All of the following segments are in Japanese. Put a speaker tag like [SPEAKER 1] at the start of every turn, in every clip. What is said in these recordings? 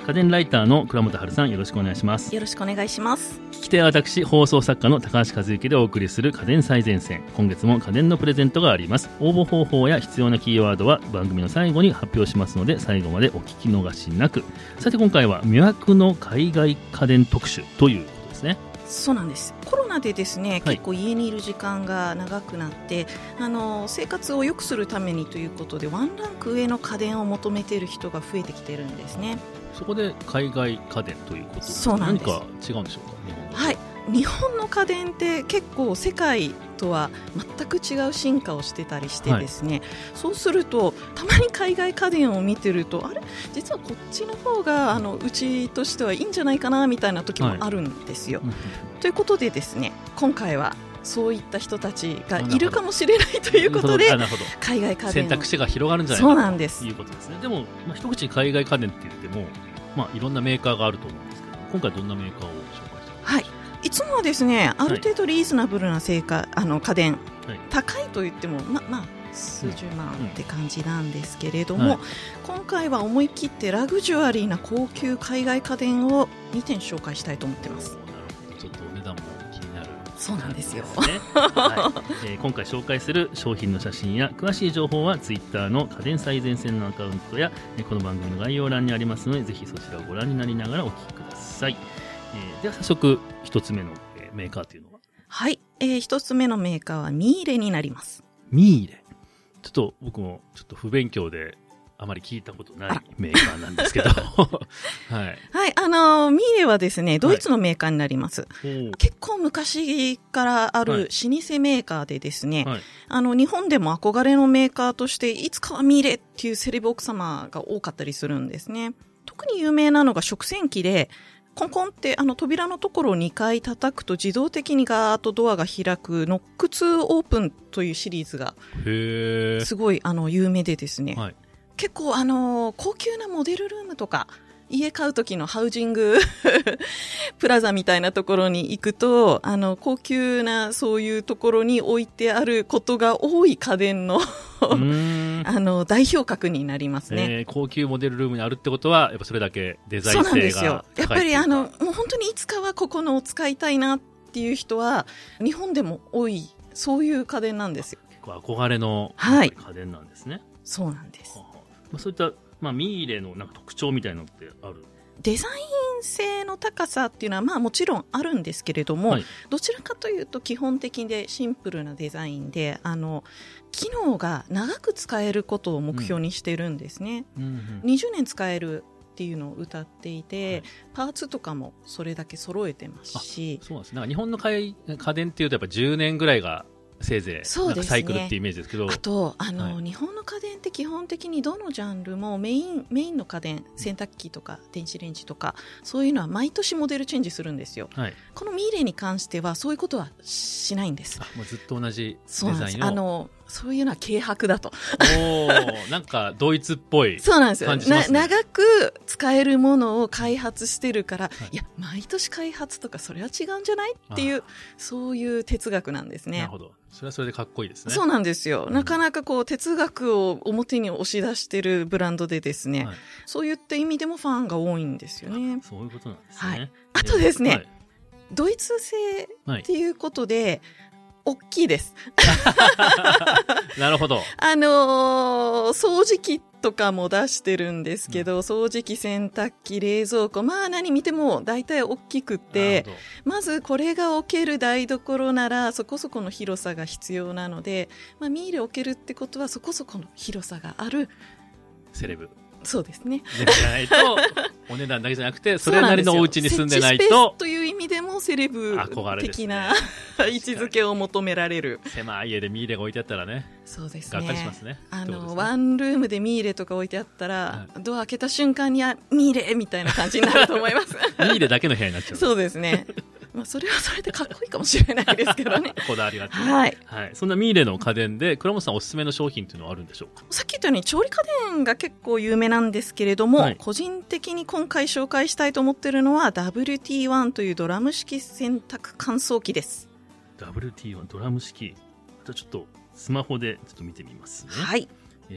[SPEAKER 1] 家電ライターの倉本春さん、よろしくお願いします。
[SPEAKER 2] よろしくお願いします。
[SPEAKER 1] 聞き手は私、放送作家の高橋和之でお送りする家電最前線。今月も家電のプレゼントがあります。応募方法や必要なキーワードは番組の最後に発表しますので、最後までお聞き逃しなく。さて今回は魅惑の海外家電特集ということですね。
[SPEAKER 2] そうなんです。コロナでですね、結構家にいる時間が長くなって、生活を良くするためにということでワンランク上の家電を求めている人が増えてきているんですね。
[SPEAKER 1] そこで海外家電ということです。
[SPEAKER 2] そうなんです。
[SPEAKER 1] 何か違うんでしょうか。
[SPEAKER 2] はい、日本の家電って結構世界とは全く違う進化をしてたりしてですね、そうするとたまに海外家電を見てると、あれ実はこっちの方がうちとしてはいいんじゃないかなみたいな時もあるんですよ、ということでですね、今回はそういった人たちがいるかもしれないということで、海外家電
[SPEAKER 1] 選択肢が広がるんじゃないか
[SPEAKER 2] そうなんです
[SPEAKER 1] ということですね。でも、一口に海外家電って言っても、いろんなメーカーがあると思うんですけど、今回どんなメーカーを紹介してますか。
[SPEAKER 2] はい、いつもはですね、ある程度リーズナブルな家電、高いと言っても数十万って感じなんですけれども、今回は思い切ってラグジュアリーな高級海外家電を2点紹介したいと思ってます。
[SPEAKER 1] なるほど、ちょっとお値段も気になる。
[SPEAKER 2] そうなんですよ、
[SPEAKER 1] 今回紹介する商品の写真や詳しい情報はツイッターの家電最前線のアカウントやこの番組の概要欄にありますので、ぜひそちらをご覧になりながらお聞きください。では早速一つ目のメーカーというのは。
[SPEAKER 2] はい、一つ目のメーカーはミーレになります。
[SPEAKER 1] ミーレ、ちょっと僕もちょっと不勉強であまり聞いたことないメーカーなんですけどはい、
[SPEAKER 2] ミーレはですね、ドイツのメーカーになります、結構昔からある老舗メーカーでですね、日本でも憧れのメーカーとしていつかはミーレっていうセレブ奥様が多かったりするんですね。特に有名なのが食洗機で、コンコンって扉のところを2回叩くと自動的にガーッとドアが開くノック2オープンというシリーズがすごい有名でですね、結構高級なモデルルームとか家買う時のハウジングプラザみたいなところに行くと高級なそういうところに置いてあることが多い家電の代表格になりますね。
[SPEAKER 1] 高級モデルルームにあるってことはやっぱそれだけデザイン性が高い。そうなんですよ。
[SPEAKER 2] やっぱりもう本当にいつかはここのを使いたいなっていう人は日本でも多い、そういう家電なんですよ。
[SPEAKER 1] 結構憧れの家電なんですね。
[SPEAKER 2] そうなんです。
[SPEAKER 1] そういったミーレのなんか特徴みたいなのってある？
[SPEAKER 2] デザイン性の高さっていうのはもちろんあるんですけれども、どちらかというと基本的でシンプルなデザインで機能が長く使えることを目標にしてるんですね、20年使えるっていうのを歌っていて、パーツとかもそれだけ揃えてますし。
[SPEAKER 1] そうですね。なんか日本の家電っていうとやっぱ10年ぐらいがせいぜいなんかサイクルってイメージですけど、
[SPEAKER 2] あと日本の家電って基本的にどのジャンルもメインの家電、洗濯機とか電子レンジとかそういうのは毎年モデルチェンジするんですよ、このミーレに関してはそういうことはしないんです。
[SPEAKER 1] もうずっと同じデザインを。
[SPEAKER 2] そういうのは軽薄だと
[SPEAKER 1] なんかドイツっぽい感じしますね。
[SPEAKER 2] そうなんですよ。長く使えるものを開発してるから、いや毎年開発とかそれは違うんじゃないっていう、そういう哲学なんですね。
[SPEAKER 1] なるほど。それはそれでかっこいいですね。
[SPEAKER 2] そうなんですよ。なかなか哲学を表に押し出してるブランドでですね、そういった意味でもファンが多いんですよね。
[SPEAKER 1] そういうことなんですね。
[SPEAKER 2] あとですね、ドイツ製っていうことで、大きいです
[SPEAKER 1] なるほど。
[SPEAKER 2] 掃除機とかも出してるんですけど、掃除機、洗濯機、冷蔵庫、何見ても大体大きくて、まずこれが置ける台所ならそこそこの広さが必要なので、ミーレ置けるってことはそこそこの広さがある
[SPEAKER 1] セレブ。
[SPEAKER 2] そうですね。
[SPEAKER 1] じゃないとお値段だけじゃなくてそれなりのお家に住んでないと、
[SPEAKER 2] 設置スペースという意味でもセレブ的な位置づけを求められる。
[SPEAKER 1] 狭い家でミーレが置いてあったらね、
[SPEAKER 2] そうですね、
[SPEAKER 1] がっかりしますね。
[SPEAKER 2] ワンルームでミーレとか置いてあったら、ドア開けた瞬間にミーレみたいな感じになると思います
[SPEAKER 1] ミーレだけの部屋になっちゃう。
[SPEAKER 2] そうですね。それはそれでかっこいいかもしれないですけどね
[SPEAKER 1] こだわりがあって、そんなミーレの家電で倉本さんおすすめの商品というのはあるんでしょうか。
[SPEAKER 2] さっき言ったように調理家電が結構有名なんですけれども、個人的に今回紹介したいと思っているのは WT1 というドラム式洗濯乾燥機です。
[SPEAKER 1] WT1 ドラム式、じゃあちょっとスマホでちょっと見てみますね。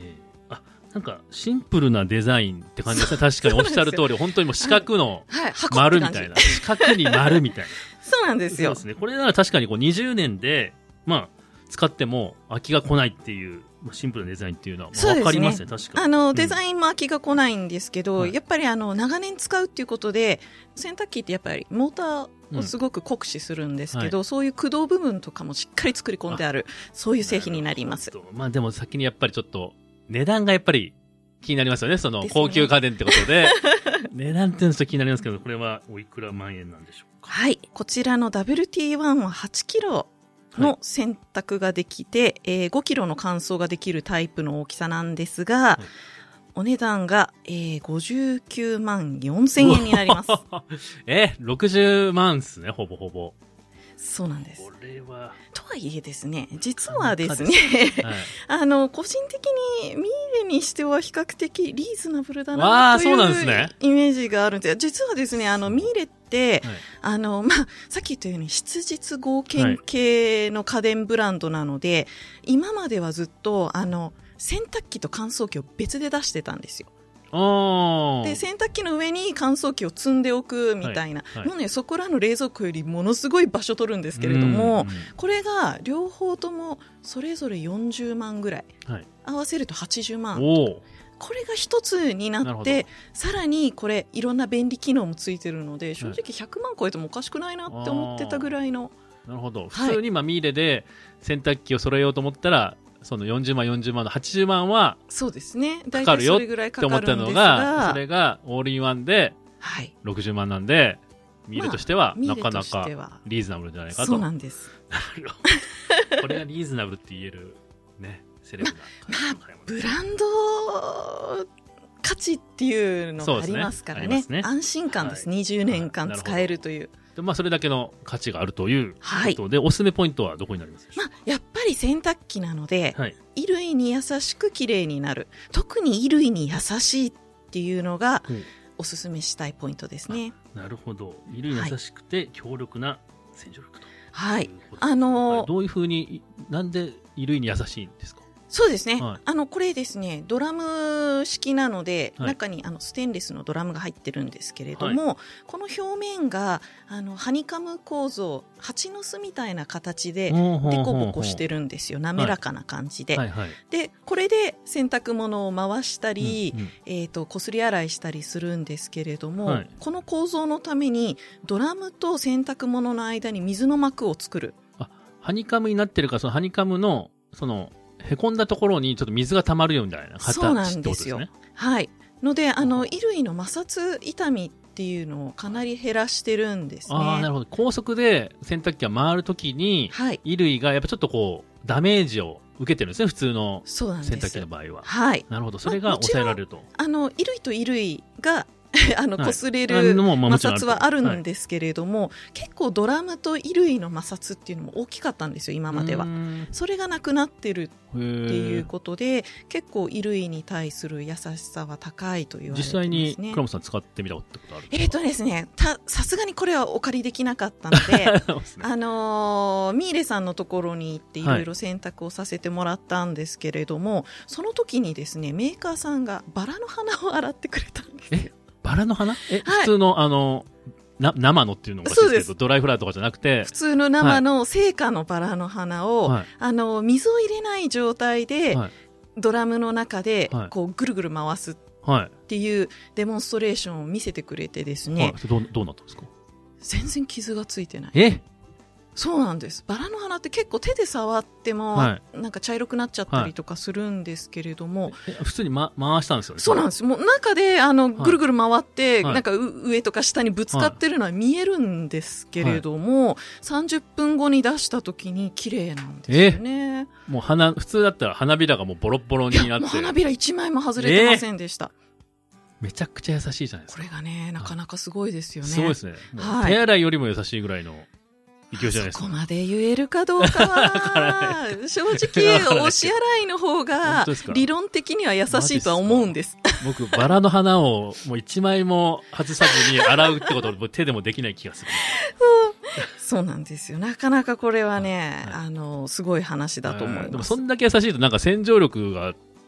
[SPEAKER 1] なんかシンプルなデザインって感じですね。確かにおっしゃる通り、本当にもう四角の丸みたいな。四角に丸みたいな。
[SPEAKER 2] そうなんですよ。
[SPEAKER 1] そうですね。これなら確かにこう20年で、使っても飽きが来ないっていう、シンプルなデザインっていうのは分かりますね。確かに。
[SPEAKER 2] デザインも飽きが来ないんですけど、やっぱり長年使うっていうことで、洗濯機ってやっぱりモーターをすごく酷使するんですけど、そういう駆動部分とかもしっかり作り込んである、そういう製品になります。
[SPEAKER 1] でも先にやっぱりちょっと、値段がやっぱり気になりますよね。その高級家電ってことで。値段っていうのは気になりますけど、これはおいくら万円なんでしょうか。
[SPEAKER 2] はい。こちらの WT1 は8キロの洗濯ができて、5キロの乾燥ができるタイプの大きさなんですが、お値段が、59万4千円になります。
[SPEAKER 1] 60万ですね、ほぼほぼ。
[SPEAKER 2] そうなんです。
[SPEAKER 1] これは。
[SPEAKER 2] とはいえですね、実はですね、個人的にミーレにしては比較的リーズナブルだなというイメージがあるんですが、実はですね、ミーレって、さっき言ったように質実合憲系の家電ブランドなので、今まではずっと、洗濯機と乾燥機を別で出してたんですよ。で洗濯機の上に乾燥機を積んでおくみたいな、もうね、そこらの冷蔵庫よりものすごい場所取るんですけれども、これが両方ともそれぞれ40万ぐらい、合わせると80万、これが一つになって、さらにこれいろんな便利機能もついてるので、正直100万超えてもおかしくないなって思ってたぐらいの。
[SPEAKER 1] なるほど。普通にミーレで洗濯機を揃えようと思ったら、その40万40万の80万は
[SPEAKER 2] そうですね、
[SPEAKER 1] かかるよって思ったのが、それがオールインワンで60万なんで、ミーレとしてはなかなかリーズナブルじゃないかと。
[SPEAKER 2] そうなんです。
[SPEAKER 1] なるほど。これがリーズナブルって言えるね、セレブな
[SPEAKER 2] ブランド価値っていうのがありますからね。安心感です。20年間使えるという。
[SPEAKER 1] それだけの価値があるということで、おすすめポイントはどこになりますでしょうか。
[SPEAKER 2] やっぱり洗濯機なので、衣類に優しく綺麗になる、特に衣類に優しいっていうのがおすすめしたいポイントですね。
[SPEAKER 1] なるほど。衣類に優しくて強力な洗浄力と。
[SPEAKER 2] はい。
[SPEAKER 1] どういうふうに、なんで衣類に優しいんですか。
[SPEAKER 2] そうですね、これですね、ドラム式なので、中にステンレスのドラムが入ってるんですけれども、この表面がハニカム構造、蜂の巣みたいな形でデコボコしてるんですよ。滑らかな感じで、でこれで洗濯物を回したり、こすり洗いしたりするんですけれども、この構造のためにドラムと洗濯物の間に水の膜を作る。
[SPEAKER 1] ハニカムになってるから、そのハニカムのそのへこんだところにちょっと水が溜まるよみたいな形ってことですね。そうなんですよ。
[SPEAKER 2] はい。ので衣類の摩擦痛みっていうのをかなり減らしてるんですね。
[SPEAKER 1] なるほど。高速で洗濯機が回るときに、衣類がやっぱちょっとこうダメージを受けてるんですね。普通の洗濯機の場合は。はい。なるほど。それが抑えられると。
[SPEAKER 2] 衣類と衣類が擦れる摩擦はあるんですけれども、結構ドラムと衣類の摩擦っていうのも大きかったんですよ、今までは。それがなくなってるっていうことで、結構衣類に対する優しさは高いと言われてますね。
[SPEAKER 1] 実際に倉本さん使ってみたことあるんですか。
[SPEAKER 2] ですね、さすがにこれはお借りできなかったのでミーレさんのところに行っていろいろ洗濯をさせてもらったんですけれども、その時にですね、メーカーさんがバラの花を洗ってくれたんですよ。
[SPEAKER 1] バラの花？普通の生のっていうのもおかしいですけど、ドライフラワーとかじゃなくて、
[SPEAKER 2] 普通の生の生花のバラの花を、水を入れない状態で、ドラムの中でこうぐるぐる回すっていうデモンストレーションを見せてくれてですね。
[SPEAKER 1] どうなったんですか？
[SPEAKER 2] 全然傷がついてない。そうなんです。バラの花って結構手で触っても、なんか茶色くなっちゃったりとかするんですけれども、
[SPEAKER 1] 普通に、回したんですよね。
[SPEAKER 2] そうなんです。もう中でぐるぐる回って、なんか上とか下にぶつかってるのは見えるんですけれども、30分後に出した時に綺麗なんですよね。
[SPEAKER 1] もう普通だったら花びらがもうボロボロになって、
[SPEAKER 2] もう花びら1枚も外れてませんでした。
[SPEAKER 1] めちゃくちゃ優しいじゃないですか。
[SPEAKER 2] これがね、なかなかすごいですよね。
[SPEAKER 1] すごいですね。手洗いよりも優しいぐらいの勢いじゃないですか。
[SPEAKER 2] そこまで言えるかどうかは正直お支払いの方が理論的には優しいとは思うんです。
[SPEAKER 1] 僕バラの花をもう一枚も外さずに洗うってことを手でもできない気がする。
[SPEAKER 2] そうなんですよ。なかなかこれはね、すごい話だと思います。
[SPEAKER 1] でもそんだけ優しいとなんか洗浄力が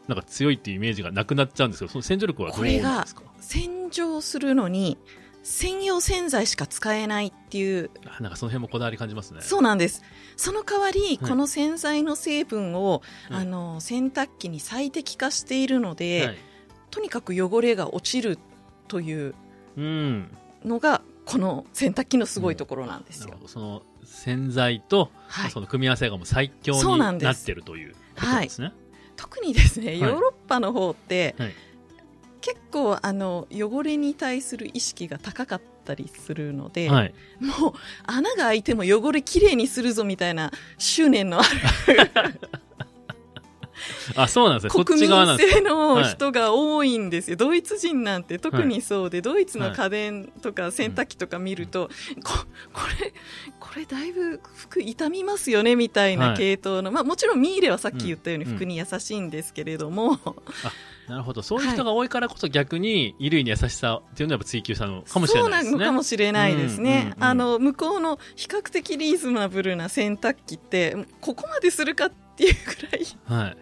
[SPEAKER 1] なんか強いっていうイメージがなくなっちゃうんですけど、その洗浄力はどうなんですか？
[SPEAKER 2] これが洗浄するのに専用洗剤しか使えないっていう。
[SPEAKER 1] なんかその辺もこだわり感じますね。
[SPEAKER 2] そうなんです。その代わり、
[SPEAKER 1] はい、
[SPEAKER 2] この洗剤の成分を、洗濯機に最適化しているので、はい、とにかく汚れが落ちるというのが、この洗濯機のすごいところなんですよ。
[SPEAKER 1] その洗剤と、はい、その組み合わせがもう最強になってるということなんですね。はい、
[SPEAKER 2] 特にですね、ヨーロッパの方って、はい、結構汚れに対する意識が高かったりするので、はい、もう穴が開いても汚れきれいにするぞみたいな執念のある
[SPEAKER 1] あ、そうなんですね。
[SPEAKER 2] 国民性の人が多いんですよ。ドイツ人なんて特にそうで、はい、ドイツの家電とか洗濯機とか見ると、これだいぶ服傷みますよねみたいな系統の、もちろんミーレはさっき言ったように服に優しいんですけれども、
[SPEAKER 1] なるほど。そういう人が多いからこそ逆に衣類に優しさっていうのはやっぱ追求したのかもしれないですね。
[SPEAKER 2] そうなのかもしれないですね。向こうの比較的リーズナブルな洗濯機ってここまでするかっていうくらい、はい、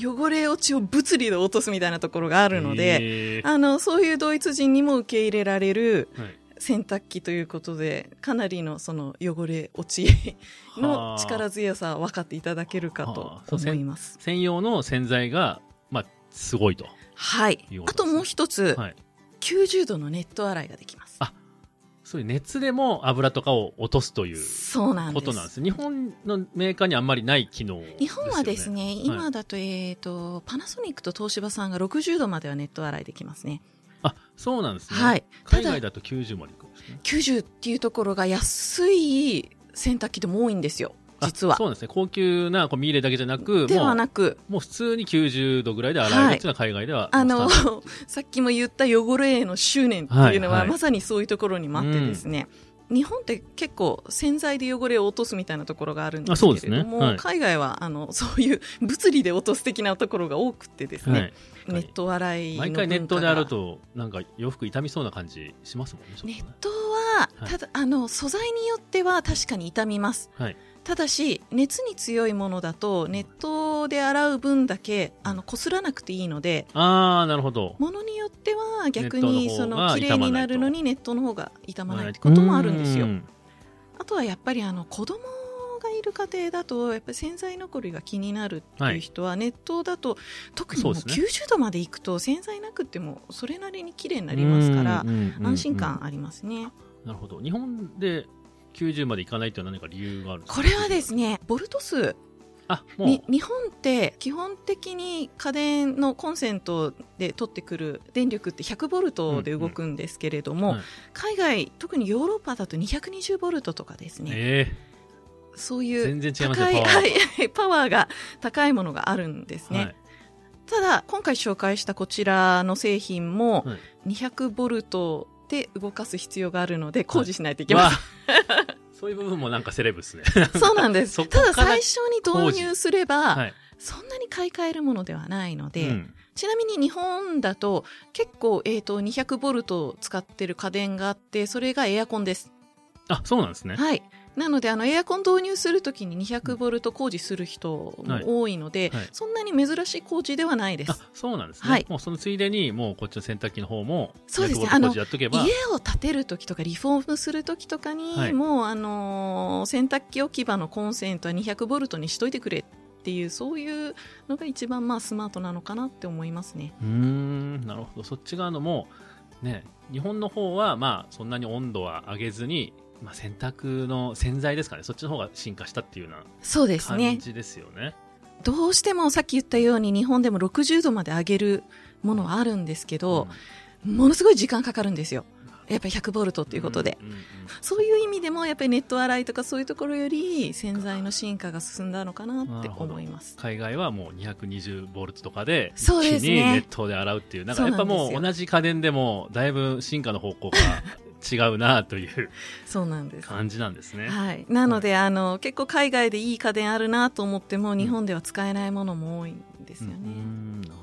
[SPEAKER 2] 汚れ落ちを物理で落とすみたいなところがあるので、そういうドイツ人にも受け入れられる洗濯機ということで、かなりのその汚れ落ちの力強さを分かっていただけるかと思います。
[SPEAKER 1] 専用の洗剤がすごいと。
[SPEAKER 2] はい。あともう一つ、はい、90度のネット洗いができます。
[SPEAKER 1] そういう熱でも油とかを落とすということなんです。日本のメーカーにあんまりない機能ですよね。
[SPEAKER 2] 日本はですね、今だと、パナソニックと東芝さんが60度まではネット洗いできますね。
[SPEAKER 1] そうなんですね。
[SPEAKER 2] はい。
[SPEAKER 1] 海外だと90までいくんですね。
[SPEAKER 2] 90っていうところが安い洗濯機でも多いんですよ。実は。
[SPEAKER 1] そうですね。高級なミーレだけじゃなく、
[SPEAKER 2] ではなく、
[SPEAKER 1] もう普通に90度ぐらいで洗えるっていうのは海外では、
[SPEAKER 2] さっきも言った汚れへの執念っていうのは、まさにそういうところにもあってですね、日本って結構洗剤で汚れを落とすみたいなところがあるんですけれども、海外はそういう物理で落とす的なところが多くてですね、ネット洗いの文化が、毎回
[SPEAKER 1] ネットで洗うとなんか洋服傷みそうな感じしますもんね。
[SPEAKER 2] ネットはただ素材によっては確かに傷みます。ただし熱に強いものだとネットで洗う分だけ擦らなくていいので、
[SPEAKER 1] なるほど。
[SPEAKER 2] ものによっては逆に綺麗になるのにネットの方が傷まないってこともあるんですよ。あとはやっぱり子供がいる家庭だとやっぱり洗剤残りが気になるっていう人は、ネットだと特にもう90度までいくと洗剤なくてもそれなりに綺麗になりますから安心感ありますね。
[SPEAKER 1] なるほど。日本で90までいかないというのは何か理由があるんですか？
[SPEAKER 2] これはですね、ボルト数。日本って基本的に家電のコンセントで取ってくる電力って100ボルトで動くんですけれども、海外特にヨーロッパだと220ボルトとかですね、そういう高いパワーが高いものがあるんですね。ただ今回紹介したこちらの製品も200ボルトで動かす必要があるので工事しないといけません。
[SPEAKER 1] そういう部分もなんかセレブですね。
[SPEAKER 2] そうなんです。ただ最初に導入すれば、そんなに買い替えるものではないので、ちなみに日本だと結構200ボルトを使ってる家電があって、それがエアコンです。
[SPEAKER 1] そうなんですね。
[SPEAKER 2] はい。なのでエアコン導入するときに200ボルト工事する人も多いので、そんなに珍しい工事ではないです。
[SPEAKER 1] そうなんですね。もうそのついでにもうこっちの洗濯機の方も200ボルト工事やっとけば、
[SPEAKER 2] 家を建てるときとかリフォームするときとかに、もう洗濯機置き場のコンセントは200ボルトにしといてくれっていう、そういうのが一番スマートなのかなって思いますね。
[SPEAKER 1] なるほど。そっち側のもね、日本の方はそんなに温度は上げずに、洗濯の洗剤ですかね、そっちの方が進化したっていうような感じですよね。
[SPEAKER 2] どうしてもさっき言ったように日本でも60度まで上げるものはあるんですけど、ものすごい時間かかるんですよ。やっぱり100ボルトということで、そういう意味でもやっぱりネット洗いとかそういうところより洗剤の進化が進んだのかなって思います。
[SPEAKER 1] 海外はもう220ボルトとかで一気にネットで洗うっていう、なんかやっぱもう同じ家電でもだいぶ進化の方向が違うなという感じなんですね。
[SPEAKER 2] はい。なので、結構海外でいい家電あるなと思っても、日本では使えないものも多いんですよね。
[SPEAKER 1] なるほど。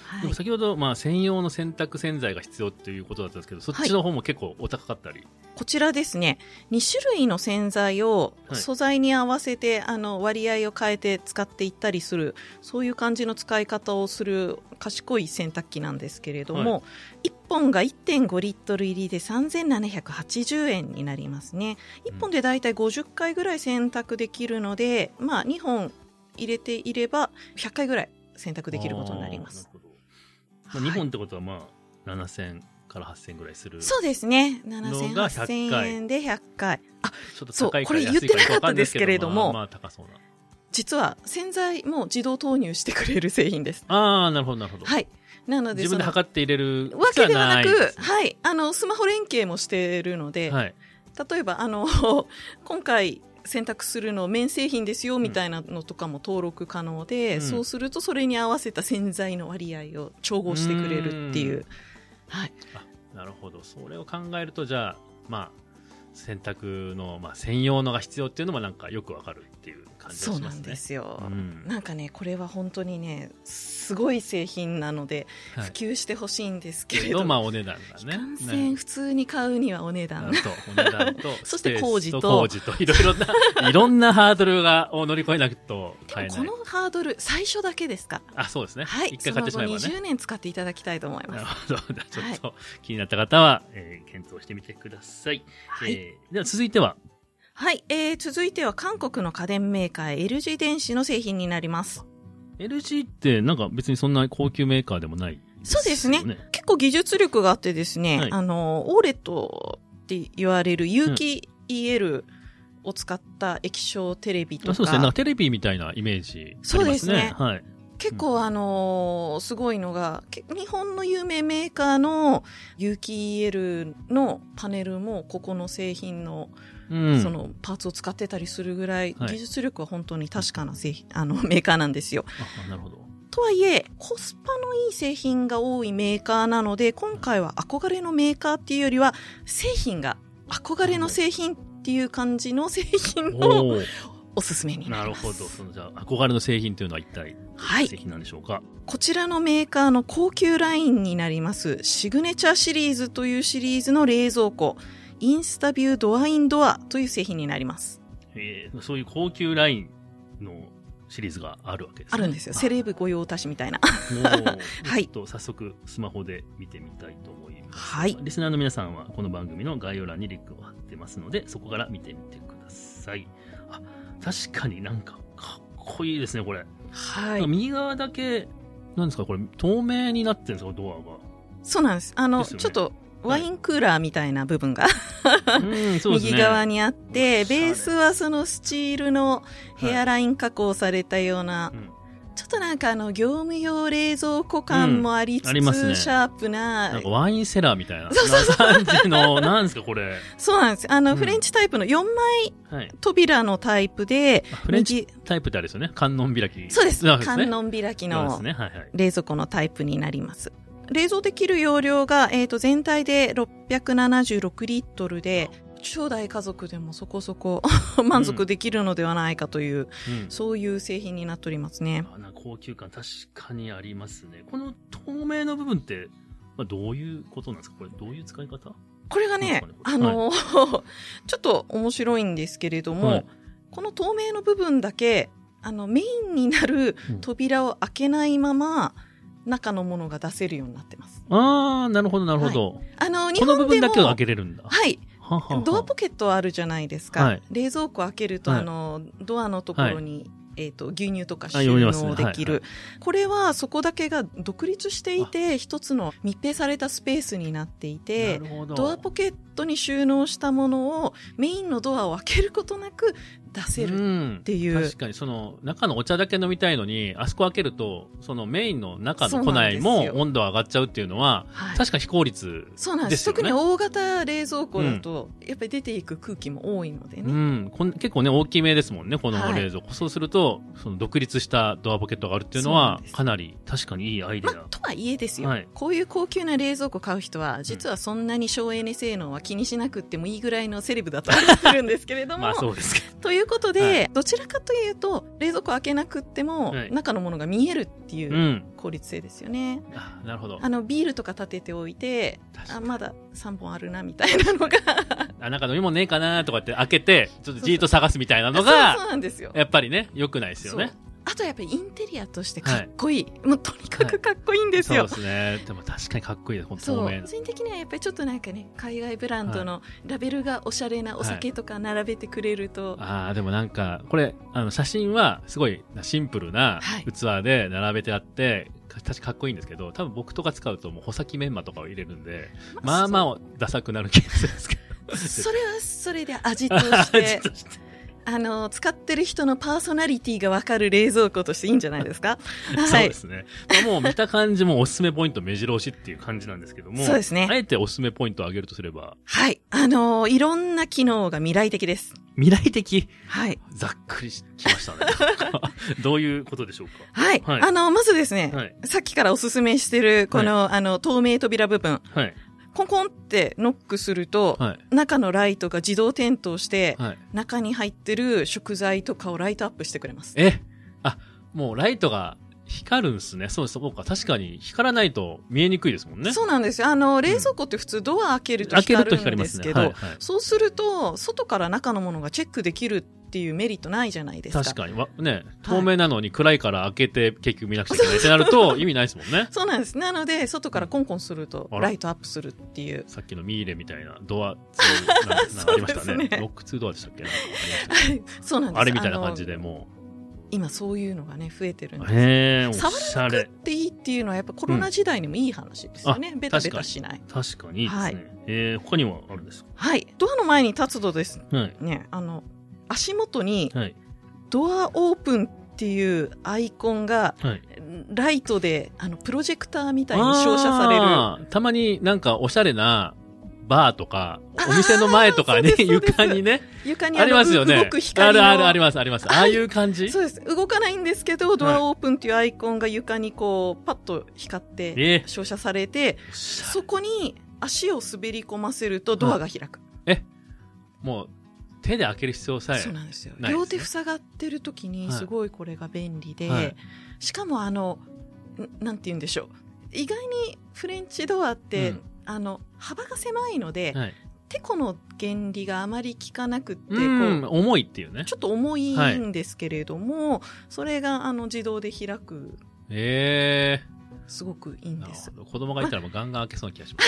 [SPEAKER 1] でも先ほど、専用の洗濯洗剤が必要ということだったんですけど、そっちの方も結構お高かったり。
[SPEAKER 2] こちらですね、2種類の洗剤を素材に合わせて、割合を変えて使っていったりする、そういう感じの使い方をする賢い洗濯機なんですけれども、1本が 1.5 リットル入りで3780円になりますね。1本でだいたい50回ぐらい洗濯できるので、2本入れていれば100回ぐらい洗濯できることになります。
[SPEAKER 1] 2本ってことは7000から8000ぐらいする。
[SPEAKER 2] そうですね。7000、8000円で100回。ちょっと高いから安いかよくわかんないですけど、これ言ってなかったですけれども、
[SPEAKER 1] 高そうな。
[SPEAKER 2] 実は洗剤も自動投入してくれる製品です。
[SPEAKER 1] なるほどなるほど。
[SPEAKER 2] はい。なので
[SPEAKER 1] 自分で測って入れる
[SPEAKER 2] わけではなく、はい、スマホ連携もしているので、例えば今回選択するの綿製品ですよみたいなのとかも登録可能で、そうするとそれに合わせた洗剤の割合を調合してくれるっていう。はい。
[SPEAKER 1] なるほど。それを考えると、じゃあ洗濯の専用のが必要っていうのもなんかよくわかるっていう感じがしますね。
[SPEAKER 2] そうなんですよ。なんかね、これは本当にね、すごい製品なので普及してほしいんですけれど、
[SPEAKER 1] お値段だね。
[SPEAKER 2] 完全普通に買うにはお値段とそして工事と
[SPEAKER 1] いろんなハードルを乗り越えなくと買えない。
[SPEAKER 2] このハードル最初だけですか？
[SPEAKER 1] そうですね。
[SPEAKER 2] はい。
[SPEAKER 1] 一回買ってしまえばね。
[SPEAKER 2] その後20年使っていただきたいと思います。
[SPEAKER 1] なるほど。ちょっと気になった方は検討してみてください。では続いては。
[SPEAKER 2] はい、続いては韓国の家電メーカー LG 電子の製品になります。
[SPEAKER 1] LG ってなんか別にそんな高級メーカーでもないですよね。そうですね。
[SPEAKER 2] 結構技術力があってですね、OLED って言われる有機 EL を使った液晶テレビとか。
[SPEAKER 1] そうですね。なんかテレビみたいなイメージありますね。
[SPEAKER 2] そうですね。はい。結構すごいのが、日本の有名メーカーの有機 EL のパネルもここの製品のそのパーツを使ってたりするぐらい、技術力は本当に確かなメーカーなんですよ。
[SPEAKER 1] なるほど。
[SPEAKER 2] とはいえコスパのいい製品が多いメーカーなので、今回は憧れのメーカーっていうよりは製品が憧れの製品っていう感じの製品をおすすめになります。
[SPEAKER 1] なるほど。じゃあ憧れの製品というのは一体どういう製品なんでしょうか？
[SPEAKER 2] こちらのメーカーの高級ラインになりますシグネチャーシリーズというシリーズの冷蔵庫、インスタビュードアインドアという製品になります。
[SPEAKER 1] そういう高級ラインのシリーズがあるわけですね。
[SPEAKER 2] あるんですよ。セレブ御用達みたいな。
[SPEAKER 1] はい。早速スマホで見てみたいと思います。はい。リスナーの皆さんはこの番組の概要欄にリンクを貼ってますので、そこから見てみてください。確かになんかかっこいいですね、これ。はい。右側だけ、なんですか、これ透明になってるんですか、ドアが。そうなんです。ちょっとワインクーラーみたいな部分が右側にあって、ベースはそのスチールのヘアライン加工されたような、ちょっとなんか業務用冷蔵庫感もありつつ、シャープな。なんかワインセラーみたいな感じの、なんですかこれ。そうなんです。フレンチタイプの4枚扉のタイプで、フレンチタイプってあれですよね。観音開き。そうです。観音開きの冷蔵庫のタイプになります。冷蔵できる容量が、全体で676リットルで、超大家族でもそこそこ満足できるのではないかという、そういう製品になっておりますね。高級感確かにありますね。この透明の部分って、どういうことなんですか？これどういう使い方？これがね、ちょっと面白いんですけれども、この透明の部分だけ、メインになる扉を開けないまま、中のものが出せるようになってます。なるほど、なるほど。日本でもこの部分だけを開けれるんだ。はい。ドアポケットあるじゃないですか。冷蔵庫開けると、ドアのところに、牛乳とか収納できる。これはそこだけが独立していて、一つの密閉されたスペースになっていて、ドアポケットに収納したものをメインのドアを開けることなく出せるっていう。確かにその中のお茶だけ飲みたいのに、あそこ開けると、そのメインの中の庫内も温度上がっちゃうっていうのは、確か非効率ですよね。そうなんです。特に大型冷蔵庫だと、やっぱり出ていく空気も多いのでね。結構ね、大きめですもんね、この冷蔵庫。そうすると、その独立したドアポケットがあるっていうのは、かなり確かにいいアイデア。とはいえですよ。こういう高級な冷蔵庫買う人は、実はそんなに省エネ性能は気にしなくてもいいぐらいのセレブだと思ってるんですけれども。そうですけど。とい
[SPEAKER 2] いうことで、どちらかというと、冷蔵庫開けなくっても、中のものが見えるっていう効率性ですよね。
[SPEAKER 1] あ、なるほど。
[SPEAKER 2] ビールとか立てておいて、まだ3本あるな、みたいなのが。
[SPEAKER 1] なんか飲み物ねえかなとかって開けて、ちょっとじーっと探すみたいなのが、
[SPEAKER 2] そうなんですよ。
[SPEAKER 1] やっぱりね、良くないですよね。
[SPEAKER 2] あとやっぱりインテリアとしてかっこいい。もうとにかくかっこいいんですよ。
[SPEAKER 1] そうですね。でも確かにかっこいいです、本当
[SPEAKER 2] そう。個人的にはやっぱりちょっとなんかね、海外ブランドのラベルがおしゃれなお酒とか並べてくれると。
[SPEAKER 1] でもなんか、これ、写真はすごいシンプルな器で並べてあって、確かかっこいいんですけど、多分僕とか使うともう穂先メンマとかを入れるんで、まあまあダサくなる気がするんですけど。
[SPEAKER 2] それはそれで味として。使ってる人のパーソナリティが分かる冷蔵庫としていいんじゃないですか。
[SPEAKER 1] はい、そうですね。もう見た感じもおすすめポイント目白押しっていう感じなんですけども。
[SPEAKER 2] そうですね。
[SPEAKER 1] あえておすすめポイントを挙げるとすれば。
[SPEAKER 2] はい。いろんな機能が未来的です。
[SPEAKER 1] 未来的？
[SPEAKER 2] はい。
[SPEAKER 1] ざっくりきましたね。どういうことでしょうか。
[SPEAKER 2] はい。まずですね、さっきからおすすめしてる、この、透明扉部分。はい。コンコンってノックすると、中のライトが自動点灯して、中に入ってる食材とかをライトアップしてくれます。
[SPEAKER 1] もうライトが光るんですね。そうか。確かに光らないと見えにくいですもんね。
[SPEAKER 2] そうなんですよ。冷蔵庫って普通ドア開けると光るんですけど、そうすると、外から中のものがチェックできるっていうメリットないじゃないですか。
[SPEAKER 1] 確かに。ね、透明なのに暗いから開けて結局見なくちゃいけないってなると意味ないですもんね。
[SPEAKER 2] そうなんです。なので、外からコンコンするとライトアップするっていう。
[SPEAKER 1] さっきのミーレみたいなドア2ありましたね。ロック2ドアでしたっけ？
[SPEAKER 2] そうなんです。
[SPEAKER 1] あれみたいな感じでもう。
[SPEAKER 2] 今そういうのがね、増えてるんです。
[SPEAKER 1] おしゃれ。
[SPEAKER 2] 触らなくていいっていうのはやっぱコロナ時代にもいい話ですよね。ベタベタしない。
[SPEAKER 1] 確かにいいですね。他にはあるんですか？
[SPEAKER 2] はい。ドアの前に立つとですね、足元に、ドアオープンっていうアイコンが、ライトで、プロジェクターみたいに照射される。
[SPEAKER 1] たまになんかおしゃれなバーとか、お店の前とかね、床にね。
[SPEAKER 2] 床に
[SPEAKER 1] ありますよね。
[SPEAKER 2] 動く光の。
[SPEAKER 1] あります。ああいう感じ？
[SPEAKER 2] そうです。動かないんですけど、ドアオープンっていうアイコンが床にこう、パッと光って照射されて、そこに足を滑り込ませるとドアが開く。
[SPEAKER 1] もう、手で開ける必要さえ。
[SPEAKER 2] そうなんですよ。両手塞がってる時にすごいこれが便利で、しかもなんて言うんでしょう。意外にフレンチドアって、幅が狭いので、てこの原理があまり効かなくって、
[SPEAKER 1] 重いっていうね。
[SPEAKER 2] ちょっと重いんですけれども、それが自動で開く。すごくいいんです。
[SPEAKER 1] 子供がいたらもうガンガン開けそうな気がします。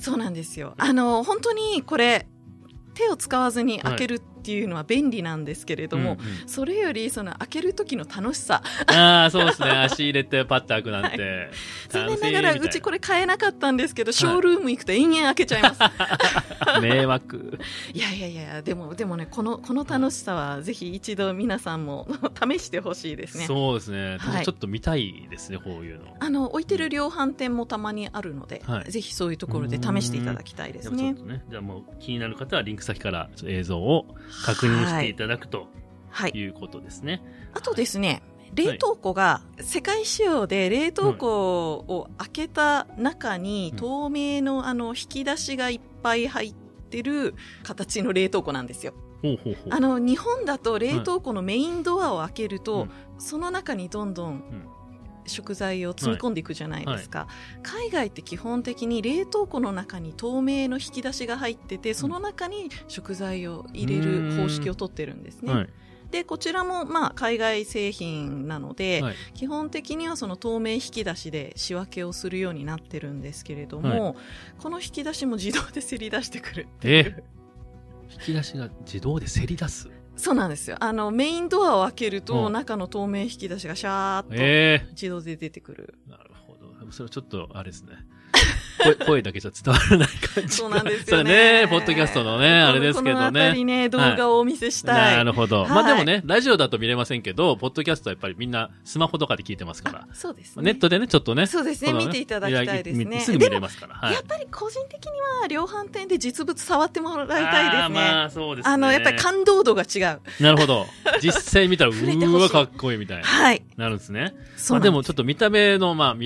[SPEAKER 2] そうなんですよ。本当にこれ、手を使わずに開けるっていうのは便利なんですけれども、それより開ける時の楽しさ。
[SPEAKER 1] そうですね。足入れてパッと開くなんて。
[SPEAKER 2] 残念ながらうちこれ買えなかったんですけど、ショールーム行くと延々開けちゃいます。
[SPEAKER 1] 迷惑。
[SPEAKER 2] いや、でもね、この楽しさはぜひ一度皆さんも試してほしいですね。
[SPEAKER 1] そうですね。ちょっと見たいですね、こういうの。
[SPEAKER 2] 置いてる量販店もたまにあるので、ぜひそういうところで試していただきたいですね。
[SPEAKER 1] じゃあもう気になる方はリンク先から映像を確認していただくということですね。
[SPEAKER 2] あとですね、冷凍庫が世界仕様で冷凍庫を開けた中に透明の引き出しがいっぱい入ってる形の冷凍庫なんですよ。日本だと冷凍庫のメインドアを開けると、その中にどんどん食材を積み込んでいくじゃないですか、海外って基本的に冷凍庫の中に透明の引き出しが入ってて、その中に食材を入れる方式をとってるんですね。でこちらも海外製品なので、基本的にはその透明引き出しで仕分けをするようになってるんですけれども、この引き出しも自動でせり出してくるっていう、
[SPEAKER 1] 引き出しが自動でせり出す。
[SPEAKER 2] そうなんですよ。メインドアを開けると、中の透明引き出しがシャーッと自動で出てくる。
[SPEAKER 1] なるほど。それちょっとあれですね。声だけじゃ伝わらない感じ。
[SPEAKER 2] そうなんですよね。
[SPEAKER 1] ポッドキャストのね、あれですけどね。
[SPEAKER 2] このあたりね、動画をお見せしたい。
[SPEAKER 1] なるほど。でもね、ラジオだと見れませんけど、ポッドキャストはやっぱりみんなスマホとかで聞いてますから。
[SPEAKER 2] そうですね。
[SPEAKER 1] ネットでね、ちょっとね。
[SPEAKER 2] そうですね、見ていただきたいですね。
[SPEAKER 1] すぐ見れますから。
[SPEAKER 2] やっぱり個人的には量販店で実物触ってもらいたいですね。
[SPEAKER 1] そうですね。
[SPEAKER 2] やっぱり感動度が違う。
[SPEAKER 1] なるほど。実際見たら、うわ、かっこいいみたいな。なるんですね。でもちょっと見た目の未来的な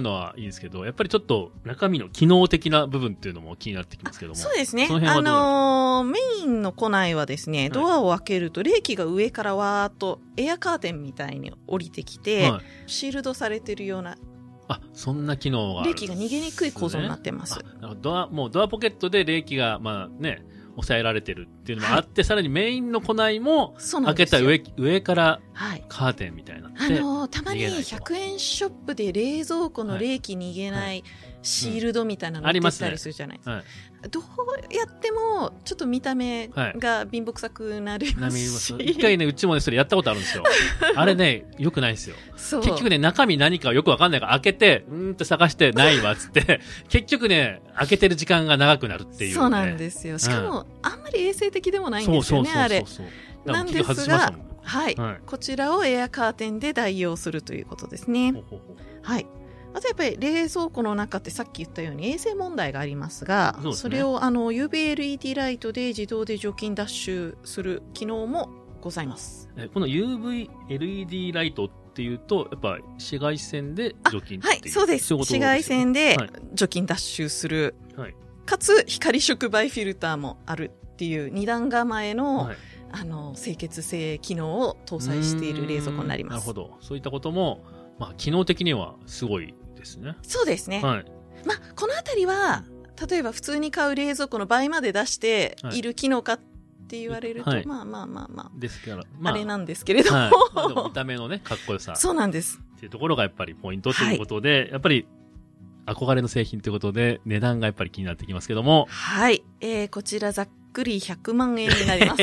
[SPEAKER 1] のはいいですけど、やっぱりちょっと中身の機能的な部分っていうのも気になってきますけども。
[SPEAKER 2] そうですね。
[SPEAKER 1] その辺はどう
[SPEAKER 2] メインの庫内はですね、ドアを開けると冷気が上からわーっとエアカーテンみたいに降りてきて、はい、シールドされてるような、
[SPEAKER 1] そんな機能があるんですね。
[SPEAKER 2] 冷気が逃げにくい構造になってます。
[SPEAKER 1] ドアポケットで冷気が、抑えられてるっていうのもあって、さらにメインの庫内も開けた上からカーテンみたいになって、
[SPEAKER 2] たまに100円ショップで冷蔵庫の冷気逃げないシールドみたいなのが出てたりするじゃないですか。どうやってもちょっと見た目が貧乏くさくなりますし、
[SPEAKER 1] 一回ね、うちもね、それやったことあるんですよ。あれね、良くないですよ。結局ね、中身何かよくわかんないから開けて、って探してないわっつって、結局ね、開けてる時間が長くなるっていう、ね。
[SPEAKER 2] そうなんですよ。しかも、あんまり衛生的でもないんですよね、あれ。なんですが、こちらをエアカーテンで代用するということですね。はい。あとやっぱり冷蔵庫の中ってさっき言ったように衛生問題がありますが、それをUV-LED ライトで自動で除菌脱臭する機能もございます。
[SPEAKER 1] この UV-LED ライトっていうと、やっぱ紫外線で除菌っていう。
[SPEAKER 2] はい、そうです。紫外線で除菌脱臭する。はい、かつ光触媒フィルターもあるっていう2段構えの、はい、清潔性機能を搭載している冷蔵庫になります。
[SPEAKER 1] なるほど。そういったことも、機能的にはすごいですね。
[SPEAKER 2] そうですね。はい。このあたりは、例えば普通に買う冷蔵庫の倍まで出している機能かって言われると、はい、
[SPEAKER 1] ですから、
[SPEAKER 2] あれなんですけれども。
[SPEAKER 1] はい、でも見た目のね、かっこよさ。
[SPEAKER 2] そうなんです。
[SPEAKER 1] っていうところがやっぱりポイントということで、やっぱり、憧れの製品ということで、値段がやっぱり気になってきますけども。
[SPEAKER 2] はい。こちらざっくり100万円になります。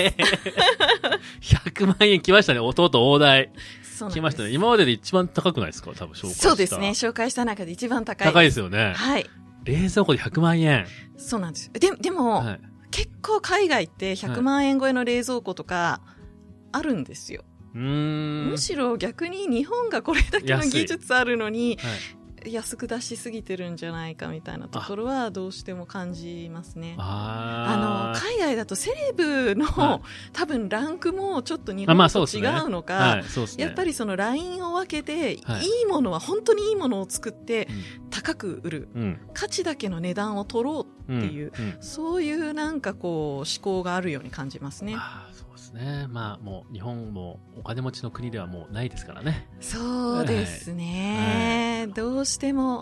[SPEAKER 1] 100万円来ましたね、弟大台。来ましたね。今までで一番高くないですか？多分紹介した。
[SPEAKER 2] そうですね。紹介した中で一番高いです。
[SPEAKER 1] 高いですよね。
[SPEAKER 2] はい。
[SPEAKER 1] 冷蔵庫で100万円。
[SPEAKER 2] そうなんです。でも、はい、結構海外って100万円超えの冷蔵庫とかあるんですよ。むしろ逆に日本がこれだけの技術あるのに、安く出しすぎてるんじゃないかみたいなところはどうしても感じますね。海外だとセレブの、多分ランクもちょっと日本と違うのか、やっぱりそのラインを分けて、いいものは本当にいいものを作って高く売る、価値だけの値段を取ろうっていう、そういうなんかこう思考があるように感じますね。
[SPEAKER 1] そうですね。もう日本もお金持ちの国ではもうないですからね。
[SPEAKER 2] そうですね。どうしても、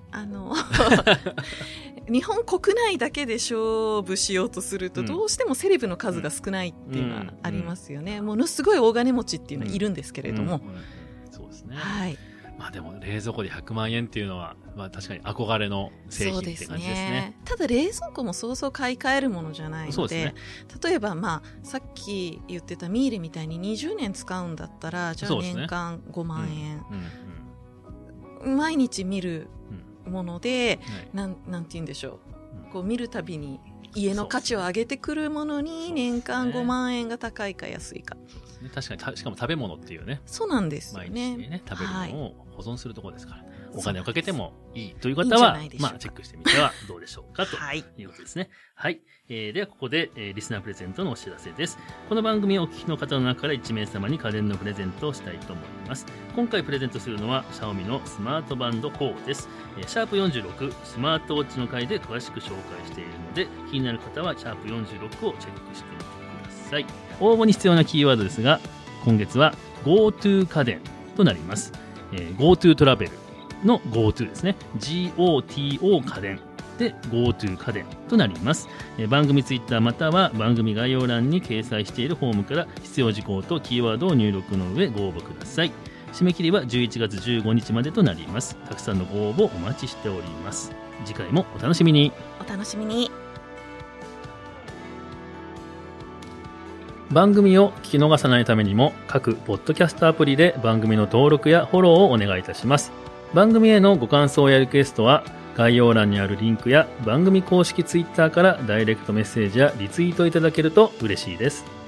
[SPEAKER 2] 日本国内だけで勝負しようとすると、どうしてもセレブの数が少ないっていうのはありますよね。ものすごい大金持ちっていうのはいるんですけれども。
[SPEAKER 1] そうですね。
[SPEAKER 2] はい。
[SPEAKER 1] でも冷蔵庫で100万円っていうのは、確かに憧れの製品って感じですね。
[SPEAKER 2] ただ冷蔵庫もそうそう買い替えるものじゃないので、例えばさっき言ってたミーレみたいに20年使うんだったら、じゃあ年間5万円。毎日見るもので、なんて言うんでしょう。こう見るたびに家の価値を上げてくるものに年間5万円が高いか安いか。
[SPEAKER 1] 確かに、しかも食べ物っていうね。
[SPEAKER 2] そうなんですよね。
[SPEAKER 1] 毎日ね、食べるものを保存するところですから。お金をかけてもいいという方は、チェックしてみてはどうでしょうかということですね。はい。では、ここで、リスナープレゼントのお知らせです。この番組をお聞きの方の中から1名様に家電のプレゼントをしたいと思います。今回プレゼントするのは、シャオミのスマートバンド4です。シャープ46、スマートウォッチの回で詳しく紹介しているので、気になる方は、シャープ46をチェックしてみてください。応募に必要なキーワードですが、今月は GoTo 家電となります。GoTo トラベルの GoTo ですね。GOTO 家電で GoTo 家電となります。番組ツイッターまたは番組概要欄に掲載しているフォームから必要事項とキーワードを入力の上ご応募ください。締め切りは11月15日までとなります。たくさんのご応募お待ちしております。次回もお楽しみに。
[SPEAKER 2] お楽しみに。
[SPEAKER 1] 番組を聞き逃さないためにも各ポッドキャストアプリで番組の登録やフォローをお願いいたします。番組へのご感想やリクエストは概要欄にあるリンクや番組公式ツイッターからダイレクトメッセージやリツイートいただけると嬉しいです。